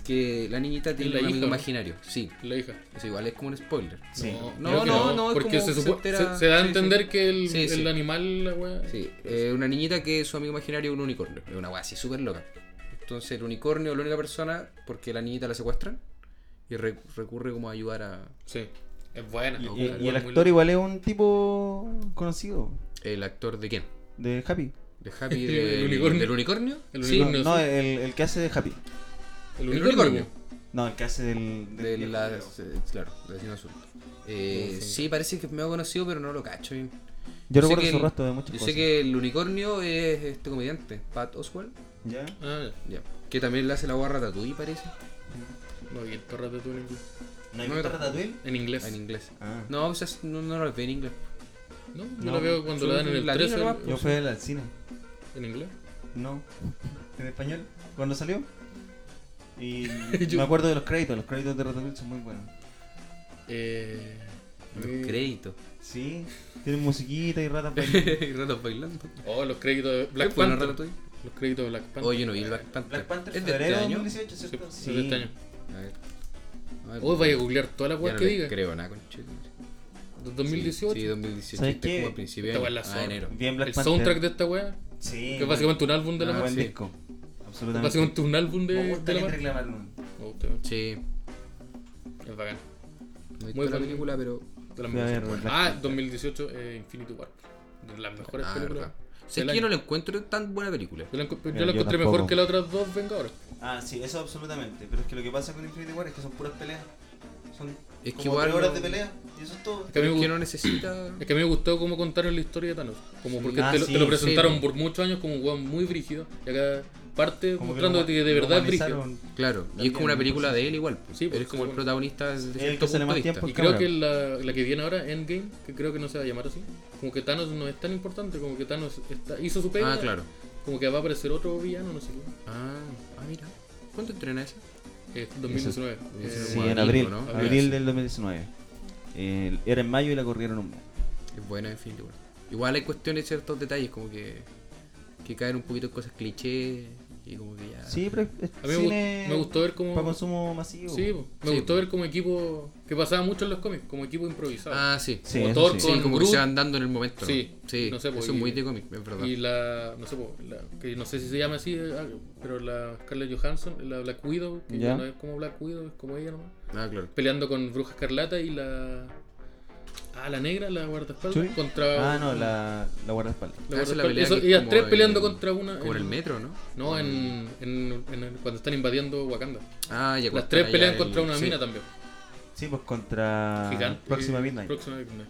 que la niñita tiene la un hija, amigo ¿no? imaginario. Sí, La hija. eso igual es como un spoiler. Sí. No, creo que no, no, es porque como se, supo- se entera- se- se da a sí, entender sí. que el, Sí, el sí. animal, la wea. Sí, eh, una niñita que su amigo imaginario es un unicornio. Es una weá así súper loca. Entonces el unicornio es la única persona porque la niñita la secuestran y re- recurre como a ayudar a Sí, es buena. Y, es y- muy y el buena, actor muy igual es un tipo conocido el actor de quién? de Happy. De Happy El del unicornio. ¿Del unicornio? El Sí, No, unicornio. no, el, el que hace de Happy. El el unicornio. unicornio. No, el que hace del. de del la, viejo. eh, claro, de Vecino Azul. Eh, No sé. sí, parece que me ha conocido, pero no lo cacho bien. Yo sé recuerdo que su el- rostro de muchas Yo cosas. sé que el unicornio es este comediante, Pat Oswalt, ¿Ya? Ah, ya, que también le hace la voz a Ratatouille, parece, ya. No, y el perro de tú en inglés. ¿No hay No, visto no. Ratatouille? En inglés. en inglés. Ah. No, o sea, no, no lo ve en inglés. No, yo No, la veo cuando solo la dan en el latino trece. nomás, Yo fui al cine. ¿En inglés? No. ¿En español? ¿Cuándo salió? Y Yo- me acuerdo de los créditos. Los créditos de Ratatouille son muy buenos. Eh. Los eh, créditos. Sí. Tienen musiquita y ratas bailando. Y ratos bailando. Oh, los créditos de Black ¿Qué fue, no, Panther. Ratatouille? Los créditos de Black Panther. Oh, yo no vi el Black Panther. Black Panther ¿Es de febrero este de año? dos mil dieciocho, ¿cierto? Sí, es de este año. A ver. A ver, Hoy vaya a googlear todas las ya weas no que le diga. creo nada, conchito. ¿De dos mil dieciocho? Sí, sí, dos mil dieciocho. ¿Sabes Este es qué? como a principio de Esta año. weá es la Ah, zorra. enero. Bien Black El Panther. soundtrack de esta wea, Sí. que es básicamente un álbum de la Ah, un marca. buen sí. disco. Es Absolutamente. básicamente un álbum de, Me de gusta la que marca. reclamarlo. Me gusta, Sí. es bacán. No he Muy visto la buena. película, pero. De las Fui a mejores. ver Black Ah, Panther. dos mil dieciocho, eh, Infinity War. De las mejores Ah, películas. verdad. Si es del que yo no año. la encuentro tan buena película. Yo la, enco- yo Mira, la yo encontré tampoco. mejor que las otras dos Vengadores. Ah, sí, eso absolutamente. Pero es que lo que pasa con Infinity War es que son puras peleas. Son Es que como igual tres horas no- de pelea. Y eso es todo. Que a mí Pero me es que gust- no necesita. Es que a mí me gustó cómo contaron la historia de Thanos. Como Sí. porque Ah, te, lo- sí, te lo presentaron sí. por muchos años como un weón muy brígido. Y acá parte Como que mostrando lo- que de lo verdad es brígido. humanizaron. Claro, y es También, como una película pues, de él igual. Pues. Sí, Él pues, es como sí, el bueno. protagonista desde el cierto que sale punto más de tiempo vista. Y cámara. creo que la, la que viene ahora, Endgame, que creo que no se va a llamar así. Como que Thanos no es tan importante, como que Thanos está, hizo su pega. Ah, claro. Como que va a aparecer otro villano, no sé qué. Ah, ah, mira. ¿Cuánto entrena ese? Eh, dos mil diecinueve. Eso- Eh, Sí, como en abril, abril. ¿no? Abril Abril. del dos mil diecinueve. Eh, era en mayo y la corrieron un mes. Es buena, en fin. Igual, igual hay cuestiones, ciertos detalles, como que. que caen un poquito en cosas cliché y como que ya. Sí, pero es A mí me, cine gust- me gustó ver como. para consumo masivo. Sí, po. me Sí, gustó po. ver como equipo. Que pasaba mucho en los cómics, como equipo improvisado. Ah, sí. Sí, como eso Thor sí. Sí, con como que Groot. se van dando en el momento. ¿no? Sí, sí. no sé, pues, eso es y- muy de cómic, es verdad. Y la. No sé, po, la, que no sé si se llama así, eh, ah, pero la Scarlett Johansson, la Black Widow, que Ya. ya no es como Black Widow, es como ella nomás. Ah, claro. Peleando con Bruja Escarlata y la. Ah, la negra, la guardaespaldas. ¿Churi? Contra. Ah, no, la, la guardaespaldas. la Ah, esa es la guardaespaldas. pelea Eso, que es ellas como tres en- peleando contra una. Como en el metro, ¿no? No, en, en, en el- cuando están invadiendo Wakanda. Ah, ya. Las tres cuando pelean ya contra el- una sí. mina también. Sí, pues contra Gigante. Próxima Midnight. Próxima Midnight.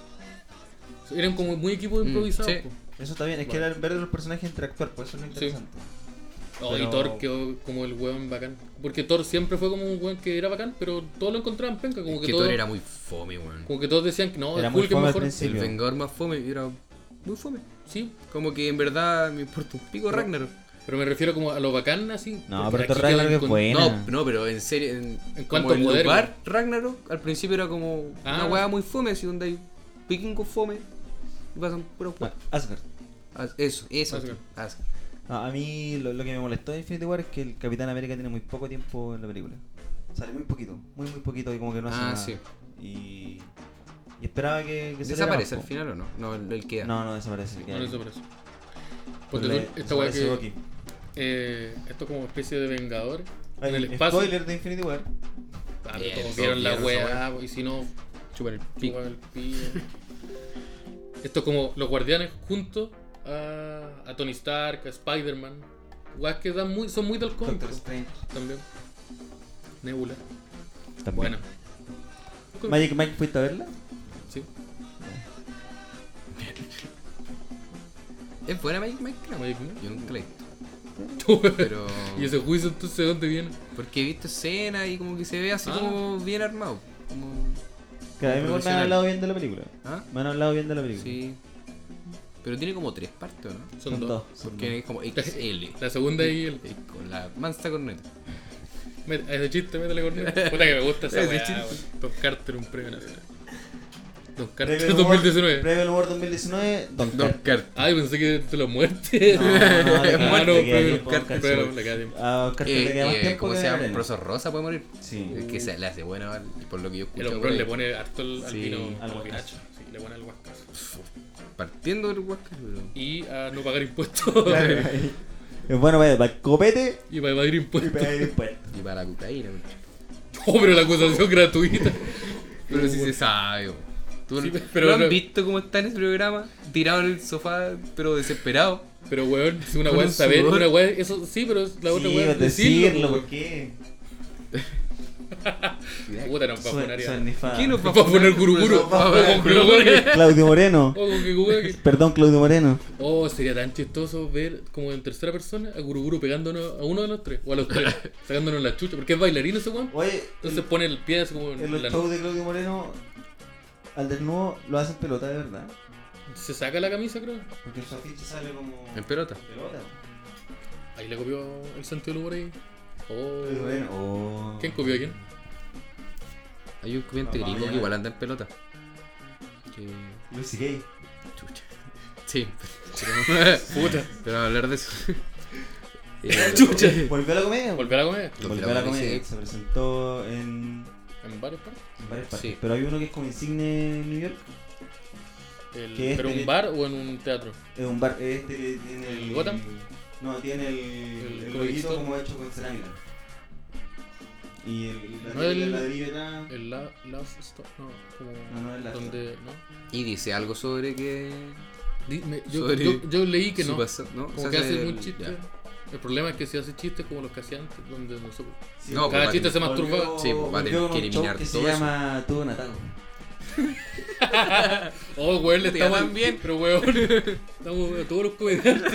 Eran como muy equipos Mm, improvisados. sí. po. Eso está bien, es que Bueno. era ver a los personajes interactuar, por eso es lo interesante. Oh, Pero- y Thor quedó como el weón bacán. Porque Thor siempre fue como un weón que era bacán, pero todos lo encontraban penca. Como Es que, que todos, Thor era muy fome, weón. como que todos decían que no, Era el muy Hulk es fome al mejor. principio. El Sí, Vengador más fome era muy fome. Sí, Como que en verdad me importa un pico Pero- Ragnarok. pero me refiero como a lo bacán así. No, porque pero Thor aquí Ragnarok quedan es con- buena. No, no, pero en serio, en, En como cuanto a el poder, lugar Ragnarok al principio era como Ah. una weá muy fome, así donde hay vikingos fome y pasan puros Ah, Asgard. Ah, Eso, eso. Asgard. Asgard. No, a mí lo, lo que me molestó de Infinity War es que el Capitán América tiene muy poco tiempo en la película. Sale muy poquito, muy muy poquito y como que no hace Ah, nada. sí. Y, y esperaba que, que saliera ¿Desaparece más, al po. final o no? No, él, él queda. No, no desaparece. queda No ahí. eso parece. Pero Porque le- tú- esta weá desaparece que. Bucky. Eh, esto como especie de vengadores. Ay, En el espacio. Spoiler de Infinity War. Ah, pero Bien, todos todos vieron la vieron esa weá, y si no, Chupan el pico. chupan el pillo. Esto es como los guardianes juntos a, a Tony Stark, a Spider-Man. Weas que dan muy, son muy del cómic Doctor Strange. también. Nebula. También. Buena. Magic Mike, ¿fuiste a verla? Sí. ¿Es buena Mike Mike? Creo. Magic Mike. Yo nunca la he visto. Pero. ¿Y ese juicio entonces de dónde viene? Porque he visto escenas y como que se ve así Ah. como bien armado. Como... Que a mí me han profesional. hablado bien de la película. ¿Ah? Me han hablado bien de la película. Sí. Pero tiene como tres partes, ¿o ¿no? Son, dos. son Porque es como X L. La segunda y el. Y con la mansa corneta. Met- Ese chiste, métale corneta. Puta que me gusta esa Ese weá, chiste. weón. Tom Carter, un premio nacional. Don Premio Carter del humor- dos mil diecinueve. Premio del humor dos mil diecinueve, Don Don Carter. Carter. Ay, pensé que te lo muerte. No, no, le queda- Ah, no, le queda premio tiempo a Don Carter, Carter. pero le queda tiempo. A Don Carter le queda más Eh, eh, tiempo ¿Cómo que se llama? a Arena. Profesor Rosa puede morir. Sí. Es que se le hace bueno, ¿vale? Y por lo que yo escuché. El hombrón le pone harto al, al Sí, vino al como huascazo. pinacho. Sí, le pone al huascazo. Partiendo del huasca, pero. Y a no pagar impuestos. Claro, ahí. Es bueno para el copete Y para evadir y impuestos. para el impuesto. Y para la cocaína, mucho. Oh, pero la acusación gratuita. Pero sí se sabe, bo. ¿Tú Sí, no- pero ¿no han no- visto cómo está en ese programa? Tirado en el sofá, pero desesperado. Pero weón, si una Con weá un es saber, sudor. una weá, eso sí, pero la otra Sí, weá es decirlo, decirlo. ¿por qué? Puta, nos va a poner Su- ya. su ennifada. ¿Quién nos va a Va a poner poner guruguru. Nos va a O poner con Kugage. Claudio Moreno. O con Kugage. Perdón, Claudio Moreno. Oh, sería tan chistoso ver como en tercera persona a Guruguru pegándonos a uno de los tres, o a los tres, sacándonos la chucha, porque es bailarín ese weón. Oye, Entonces pone el pie así como en en los la... shows de Claudio Moreno, al desnudo lo hacen pelota de verdad. Se saca la camisa, creo. Porque en su afiche sale como. En pelota. pelota. Ahí le copió el sentido del humor ahí. Oh. Claudio Moreno. Oh. ¿Quién copió a quién? Hay un comediante No, gringo ya. que igual anda en pelota. Que. Lucy Gay. Chucha. Sí. Puta. Pero vamos a hablar de eso. Eh, Chucha. ¿Volvió a la comedia? ¿Volvió a la comedia? Volvió a la comedia. sí. Se presentó en, En varios partes. en varias partes. Sí. Pero hay uno que es como insigne en New York. El- ¿Qué es ¿Pero este un que- bar o en un teatro? Es un bar. Este que tiene el. ¿El Gotham? No, tiene el. ¿El El, Comedy loguito Store? como hecho con cerámica. Y el, la No, tele el- del ladrillo atrás. El la, Last Stop, no, como... No, no, el Last donde, ¿no? y dice algo sobre que. Di- me- yo, Sobre yo, yo leí que su no, pasado, ¿no? como Se que hace el- un chiste. ya. El problema es que si hace chistes como los que hacía antes, donde no sé. Sí, No, cada pues, chiste se volvió- masturba. Sí, pues, va a tener volvió con que un show eliminar que se todo eso. llama Tuvo un atajo. Oh, weón, le Te estamos llaman bien. Pero weón, estamos a todos los comediantes.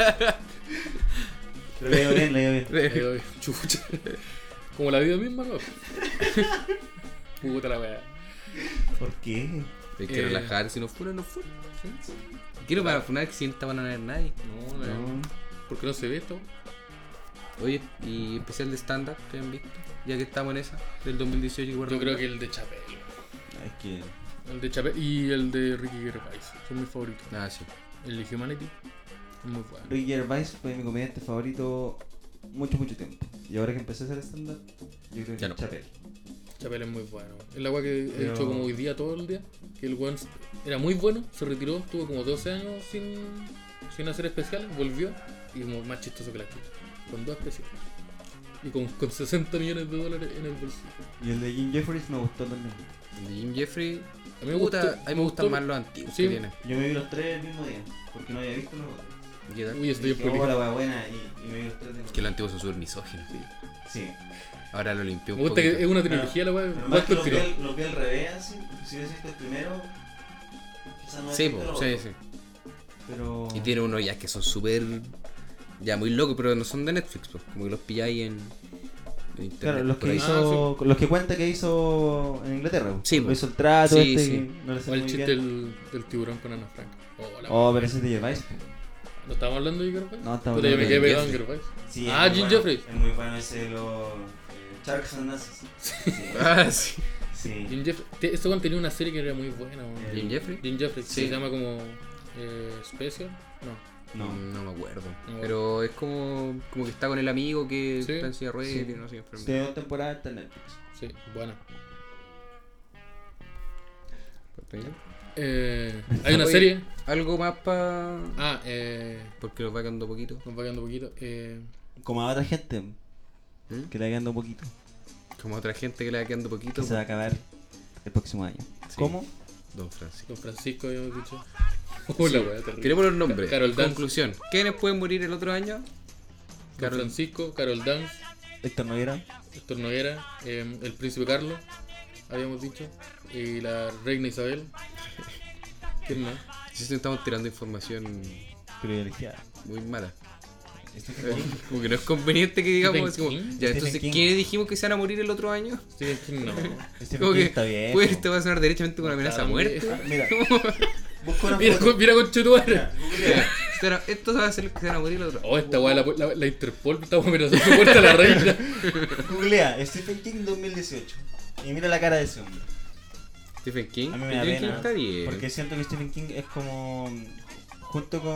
Pero le dio bien, le dio bien. Ay, ay, chucha. Como la vida misma, ¿no? Puta la weá. ¿Por qué? Hay que Eh. relajar, si no fuera, no fuera. Quiero para funar que si no van a ver nadie. No, no, No. porque no se ve esto. Oye, y especial de stand-up que han visto, ya que estamos en esa, del dos mil dieciocho. que Yo guardo creo acá. que el de Chapel. Es que. El de Chapel y el de Ricky Gervais son mis favoritos. Ah, sí. El de Humanity es muy bueno. Ricky Gervais fue mi comediante favorito mucho, mucho tiempo. Y ahora que empecé a hacer stand-up, yo creo que Ya no. es Chapel. Chapel es muy bueno. Es la weá que he Pero- hecho como hoy día todo el día. Que el weón era muy bueno, se retiró, estuvo como doce años sin, sin hacer especiales, volvió y como más chistoso que la chucha. Con dos especiales. Y con, con sesenta millones de dólares en el bolsillo. Y el de Jim Jeffries me gustó también. El de Jim Jeffrey. A mí me puta, gustó- a mí me me gustan gustó- más los antiguos sí. que tiene. Yo me vi los tres el mismo día, porque no había visto los otros. ¿Qué tal? Uy, estoy Y dije, oh, la publicado. wea buena, y, y me vi los tres de Que los antiguos son súper misóginos. Sí. Ahora lo limpió un Me gusta que poquito. es una trilogía la weá. Pero más que Walter los vi, tiró. al- los vi al revés, así, porque si hubiese visto el primero, quizás no Sí, hubiese po, visto sí, los sí. otros. Pero. Y tiene unos ya que son súper. Ya muy locos, pero no son de Netflix, pues. Como que los pilláis en. en internet. Claro, los por que ahí. hizo. Los que cuenta que hizo en Inglaterra. Sí, Lo po. hizo el trato, Sí, este, sí. que no le O salió el muy chiste bien. del, del tiburón con Ana Frank. Oh, la Oh, weá. pero ese es de Gervais. ¿No estábamos hablando de Gervais? No, estamos Puta, yo me hablando quedé de pegado en Jeffrey. Gervais. Sí, Ah, es muy Jim bueno. Jeffries. Es muy bueno ese de los eh, Sharks and Nazis. Sí. Ah, sí. Sí. Jim Jeffrey. te- Este weón tenía una serie que era muy buena. weón. Eh, Jim Jeffrey. Jim Jeffrey. Sí. Se llama como. Eh, Special. No. No. Mm, No me acuerdo. No. Pero es como, como que está con el amigo que Sí. está en silla de ruedas Sí. y tiene no sé qué enfermedad. Tiene dos temporadas está en Netflix. Sí, buena. ¿Está bien? Eh, hay una Oye, serie. Algo más para. Ah, eh. Porque nos va quedando poquito. Nos va quedando un poquito. Eh, Como a otra gente ¿Mm? que le va quedando un poquito. Como a otra gente que le va quedando poquito. Que se va a acabar el próximo año. Sí. ¿Cómo? Don Francisco. Don Francisco, habíamos dicho. Hola, Sí. weá, terrible. Queremos los nombres. Carol Dance. Conclusión. ¿Quiénes pueden morir el otro año? Don Carol- Francisco, Carol Dance, Héctor Noguera. Héctor Noguera, eh, el príncipe Carlos, habíamos dicho, y la reina Isabel. ¿Quién más? Si estamos tirando información Privilegiada. muy mala. Stephen King. Como que no es conveniente que digamos así como, King. ya, Stephen entonces, King. ¿quiénes dijimos que se van a morir el otro año? Stephen King, no. Stephen Como King que está bien. pues te va a sonar derechamente con una amenaza a también. muerte. Ah, mira. Busca una Mira, foto. con- mira con Chetuara. Googlea. Pero esto va a ser los que se van a morir el otro año. Oh, esta weá, la, la, la Interpol estamos amenazando su puerta a la reina. Googlea Stephen King dos mil dieciocho. Y mira la cara de ese hombre. Stephen King. A mí me da Stephen King pena. está bien. Porque siento que Stephen King es como. Junto con.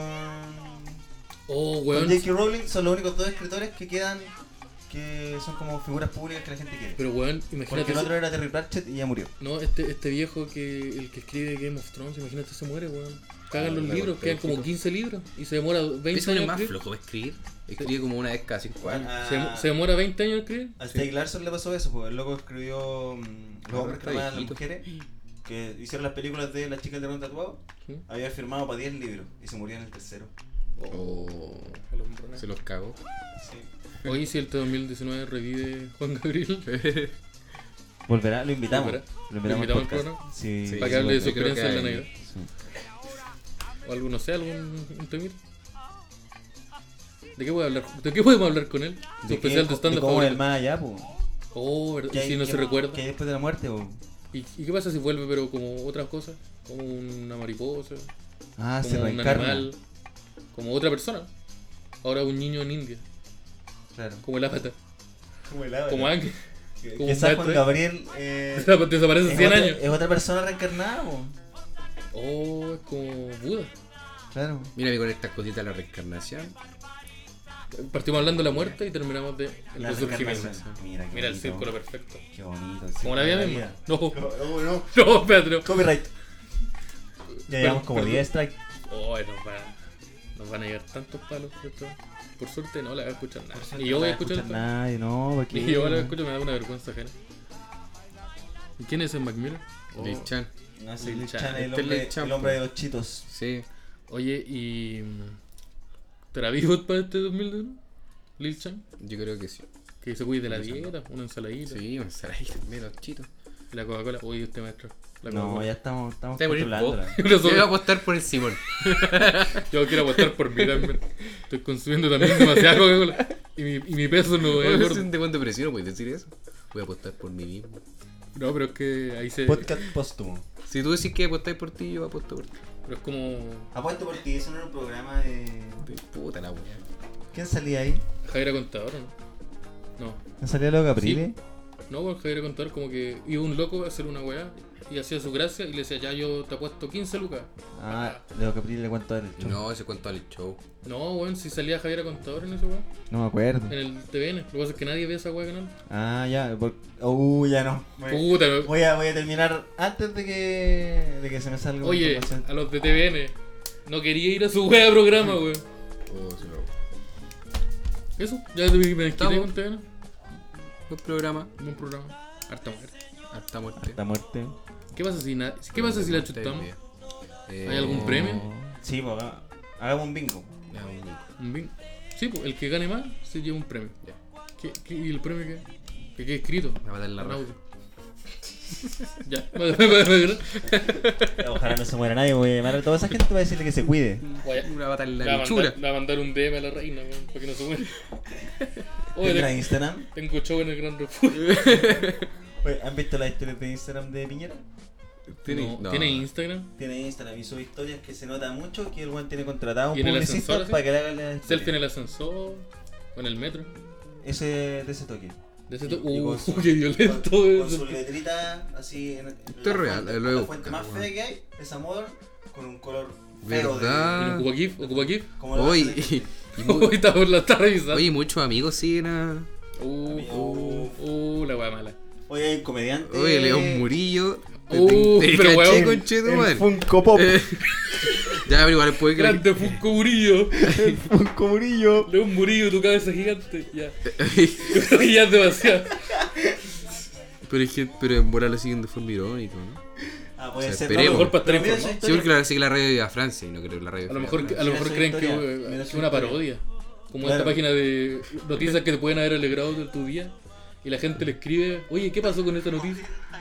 Oh, Con weón. J K. Rowling son los únicos dos escritores que quedan. Que son como figuras públicas que la gente quiere. Pero weón, Porque imagínate. el ese- otro era Terry Pratchett y ya murió. No, este, este viejo que el que escribe Game of Thrones, imagínate se muere, weón. Cagan los La libros, golpe quedan de como pico. quince libros y se demora veinte Ese años. es en más escribir. flojo para escribir. Escribe como una vez cada cinco años. Ah, Se, se demora veinte años en escribir. A Stieg Larsson le pasó eso, porque el loco escribió mm, Los hombres que está amaban a las viejito. mujeres, que hicieron las películas de La chica del dragón tatuado. ¿Sí? Había firmado para diez libros y se murió en el tercero. Oh, A los hombrones. se los cago. Sí. Oye, si el dos mil diecinueve revive Juan Gabriel. ¿Volverá? Lo invitamos. ¿Volverá? Lo invitamos ¿Lo al invitamos al podcast. programa? Sí, Sí, Para que hable de yo su creo experiencia que en la hay- Navidad. Sí. O algo, no sé, algún un temir. ¿De qué voy a hablar? ¿De qué podemos hablar con él? Su ¿De especial qué- de stand-up cómo es el favorito. más allá, po? Oh, ¿verdad? ¿Qué ¿Y hay- si no qué- se recuerda? ¿Qué hay después de la muerte, po? ¿Y, ¿Y qué pasa si vuelve pero como otras cosas? Como una mariposa, Ah, se como un reencarna. animal, como otra persona. Ahora un niño en India, Claro. como el avatar, Como el Avatar. como Ángel. Que- como que un San maestro. Juan Gabriel eh, Desaparece es, cien otra, años. es otra persona reencarnada, po. Oh, es como Buda. Claro. Mira, con estas cositas de la reencarnación. Partimos hablando de la muerte y terminamos de el La resurgimiento. reencarnación. Mira, qué Mira el bonito. círculo perfecto. Qué bonito. Como la vida misma. No, No, no. no, espérate. no. Copyright. Ya llevamos como Perdón. diez strikes. Oh, nos, va, nos van a llegar tantos palos. ¿cierto? Por suerte no la voy a escuchar nada. Por suerte Y yo no voy a la escuchar escucha esto. nadie, no, porque. Y yo la escucho me da una vergüenza ajena. ¿Y quién es el Mac Miller? Oh. Lil Chan. No sé, Lil Lil Chan. Chan, el Este es hombre, Lil Chan, el hombre po. de los chitos. Sí. Oye, ¿y ¿estará vivo para este dos mil uno? Lil Chan, Yo creo que sí. que se cuide de la Lil Chan. dieta, una ensaladita, Sí, un saladito, menos chito. y la Coca-Cola. Oye, este maestro. La No, Coca-Cola. ya estamos, estamos Te voy a poner controlándola. Pero Yo sobre- voy a apostar por el Simón. Yo quiero apostar por mí también. Estoy consumiendo también demasiada Coca-Cola. Y mi, y mi peso no es Oye, gordo. ¿de cuánto precio no puedes decir eso? Voy a apostar por mí mismo. No, pero es que ahí se. Podcast póstumo. Si tú decís que apostáis por ti, yo apuesto por ti. Pero es como. Apuesto por ti, eso no era un programa de. De puta la wea. ¿Quién salía ahí? Javier Contador, ¿no? No. ¿No salía Loca Caprile? No, porque Javier Contador como que iba un loco a hacer una weá y hacía su gracia y le decía, ya yo te apuesto quince lucas. Ah, Leo Caprile le cuento el show. No, ese cuento al show. No, weón, si salía Javier Contador en esa weá, No me acuerdo. en el T V N. Lo que pasa es que nadie ve esa weá canal. Ah, ya. Por... Uh, ya no. Voy, Puta, no. voy a, voy a terminar antes de que, de que se me salga una Oye, información. a los de T V N, no quería ir a su weá de programa, weón. Oh, sí, no. Eso, ya me me desquité Estamos. con T V N. Buen programa. Buen programa. Harta muerte. Harta muerte. La muerte. ¿Qué pasa si, na- ¿qué pasa si la chutamos? Eh, ¿Hay algún premio? Sí, pues haga- hagamos un bingo. ya, un bingo. Un bin- Sí, pues el que gane más se lleva un premio. Ya. ¿Qué, qué, ¿Y el premio qué? Que quede escrito. Me va a dar la En raja. audio. Ya, me- me- me- me- Ojalá no se muera nadie. Voy a llamar a toda esa gente para decirle que se cuide. Voy a- Una bata en Le la va a bichura. mandar- le va a mandar un D M a la reina, weón, para que no se muera. Oye, ¿Tendrá te- Instagram? tengo show en el Gran Refugio. Oye, ¿han visto las historias de Instagram de Piñera? No, No. ¿Tiene Instagram? Tiene Instagram y sube historias que se nota mucho que el buen tiene contratado un ¿Y en el publicista ascensor, así? para que le haga la Selfie historia. en el ascensor o en el metro. Ese de ese toque. De ese to- Y- y Uh, con su- qué violento con, con eso. su letrita así en, en Esto es real, fuente, lo voy a la fuente buscar, más weón. fea que hay es amor con un color feo ¿Verdad? ¿Y no ¿Ocupa GIF? ¿Ocupa GIF? de como lo Oye, hace la gente. y, y mu- Hoy está por la está revisando. oye, muchos amigos siguen a. Uh, uh, uh, la wea mala. Oye, hay un comediante. Oye, León Murillo. Te, Uh, te, te pero caché, weón, conchetumare. El Funko Pop. Eh, Ya, pero igual puede creer. Grande Funko Murillo. El Funko Murillo. León Murillo, tu cabeza gigante. Ya. Yo creo que ya es demasiado. Pero es que, pero en bola lo siguen de forma irónica, ¿no? Ah, puede O sea, ser. esperemos. A lo mejor para pero estar mira informado. esa Sí, historia. porque la, sí que la radio iba a Francia y no creo que la radio A lo fuera mejor, Francia. a lo Mira mejor su creen que historia, eh, mira es su una historia. parodia. Como Claro. esta página de noticias que te pueden haber alegrado de tu día. Y la gente le escribe, oye, ¿qué pasó con esta noticia?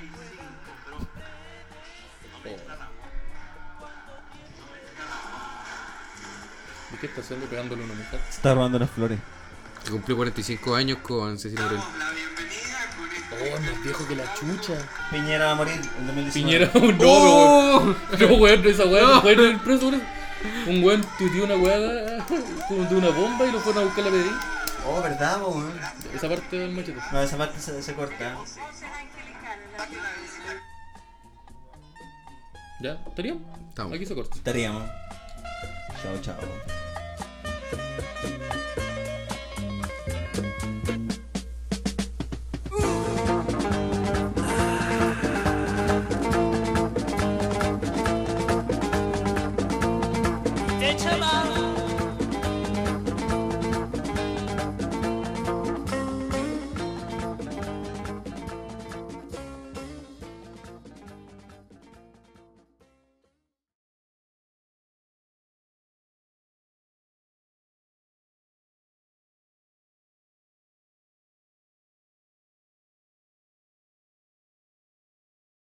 ¿De qué está haciendo pegándole a una mujer? Se está robando las flores. Que cumplió cuarenta y cinco años con Cecilia Morel. Oh, más viejo que la chucha. Piñera va a morir en dos mil diecinueve. Piñera, no, ¡Oh! pero no, weón, esa weá no puede ir preso por eso. Un weón tuiteó una weá de una bomba y lo fueron a buscar a la P D I. Oh, ¿verdad, po, weón? Esa parte del machete. No, esa parte se, se corta. ¿Ya? ¿Estaríamos? Estamos. Aquí se corta. Estaríamos. Chao, chao.